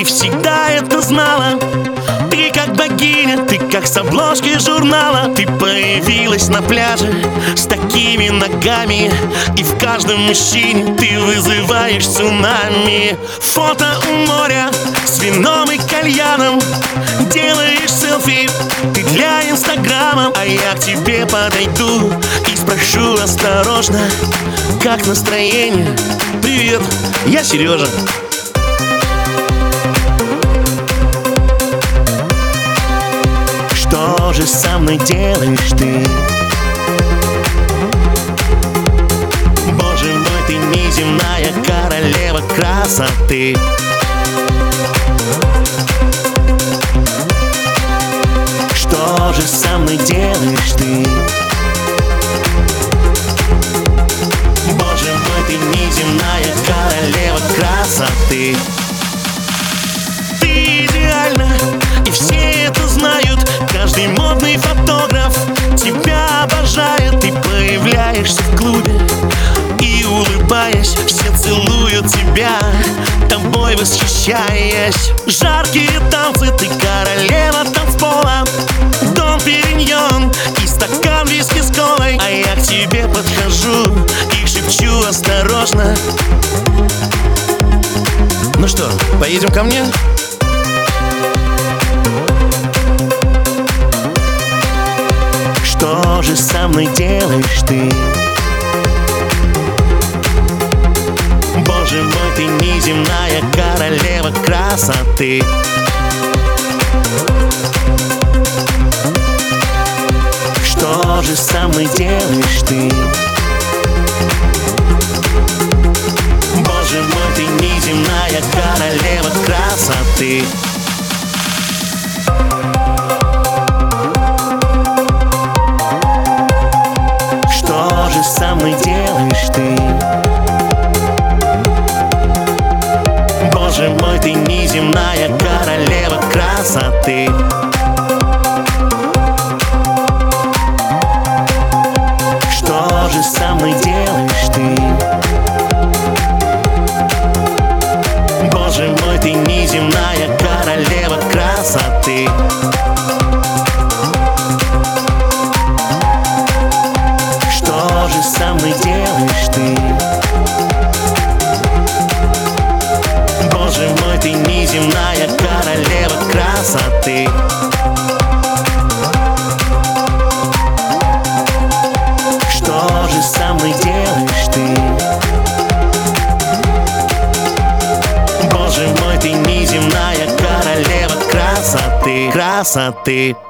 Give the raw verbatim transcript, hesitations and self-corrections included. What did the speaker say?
всегда это знала. Ты как богиня, ты как с обложки журнала. Ты появилась на пляже с такими ногами, и в каждом мужчине ты вызываешь цунами. Фото у моря с вином и кальяном, делаешь селфи ты для инстаграма. А я к тебе подойду и спрошу осторожно: как настроение? Привет, я Сережа. Что же со мной делаешь ты? Боже мой, ты неземная королева красоты. Что же со мной делаешь ты? Боже мой, ты неземная королева красоты. Ты идеальна, и все это знают. Каждый модный фотограф тебя обожает. Ты появляешься в клубе и, улыбаясь, все целуют тебя, тобой восхищаясь. Жаркие танцы, ты королева танцпола. Дом Периньон и стакан виски с колой. А я к тебе подхожу и шепчу осторожно: ну что, поедем ко мне? Что же со мной делаешь ты? Боже мой, ты неземная королева красоты. Что же со мной делаешь ты? Боже мой, ты неземная королева красоты. Что же со мной делаешь ты? Боже мой, ты неземная королева красоты. Что же со мной делаешь ты? Боже мой, ты неземная королева красоты. Что же со мной делаешь ты? Боже мой, ты неземная королева красоты. Что же со мной делаешь ты? Боже мой, ты неземная королева красоты. Красоты.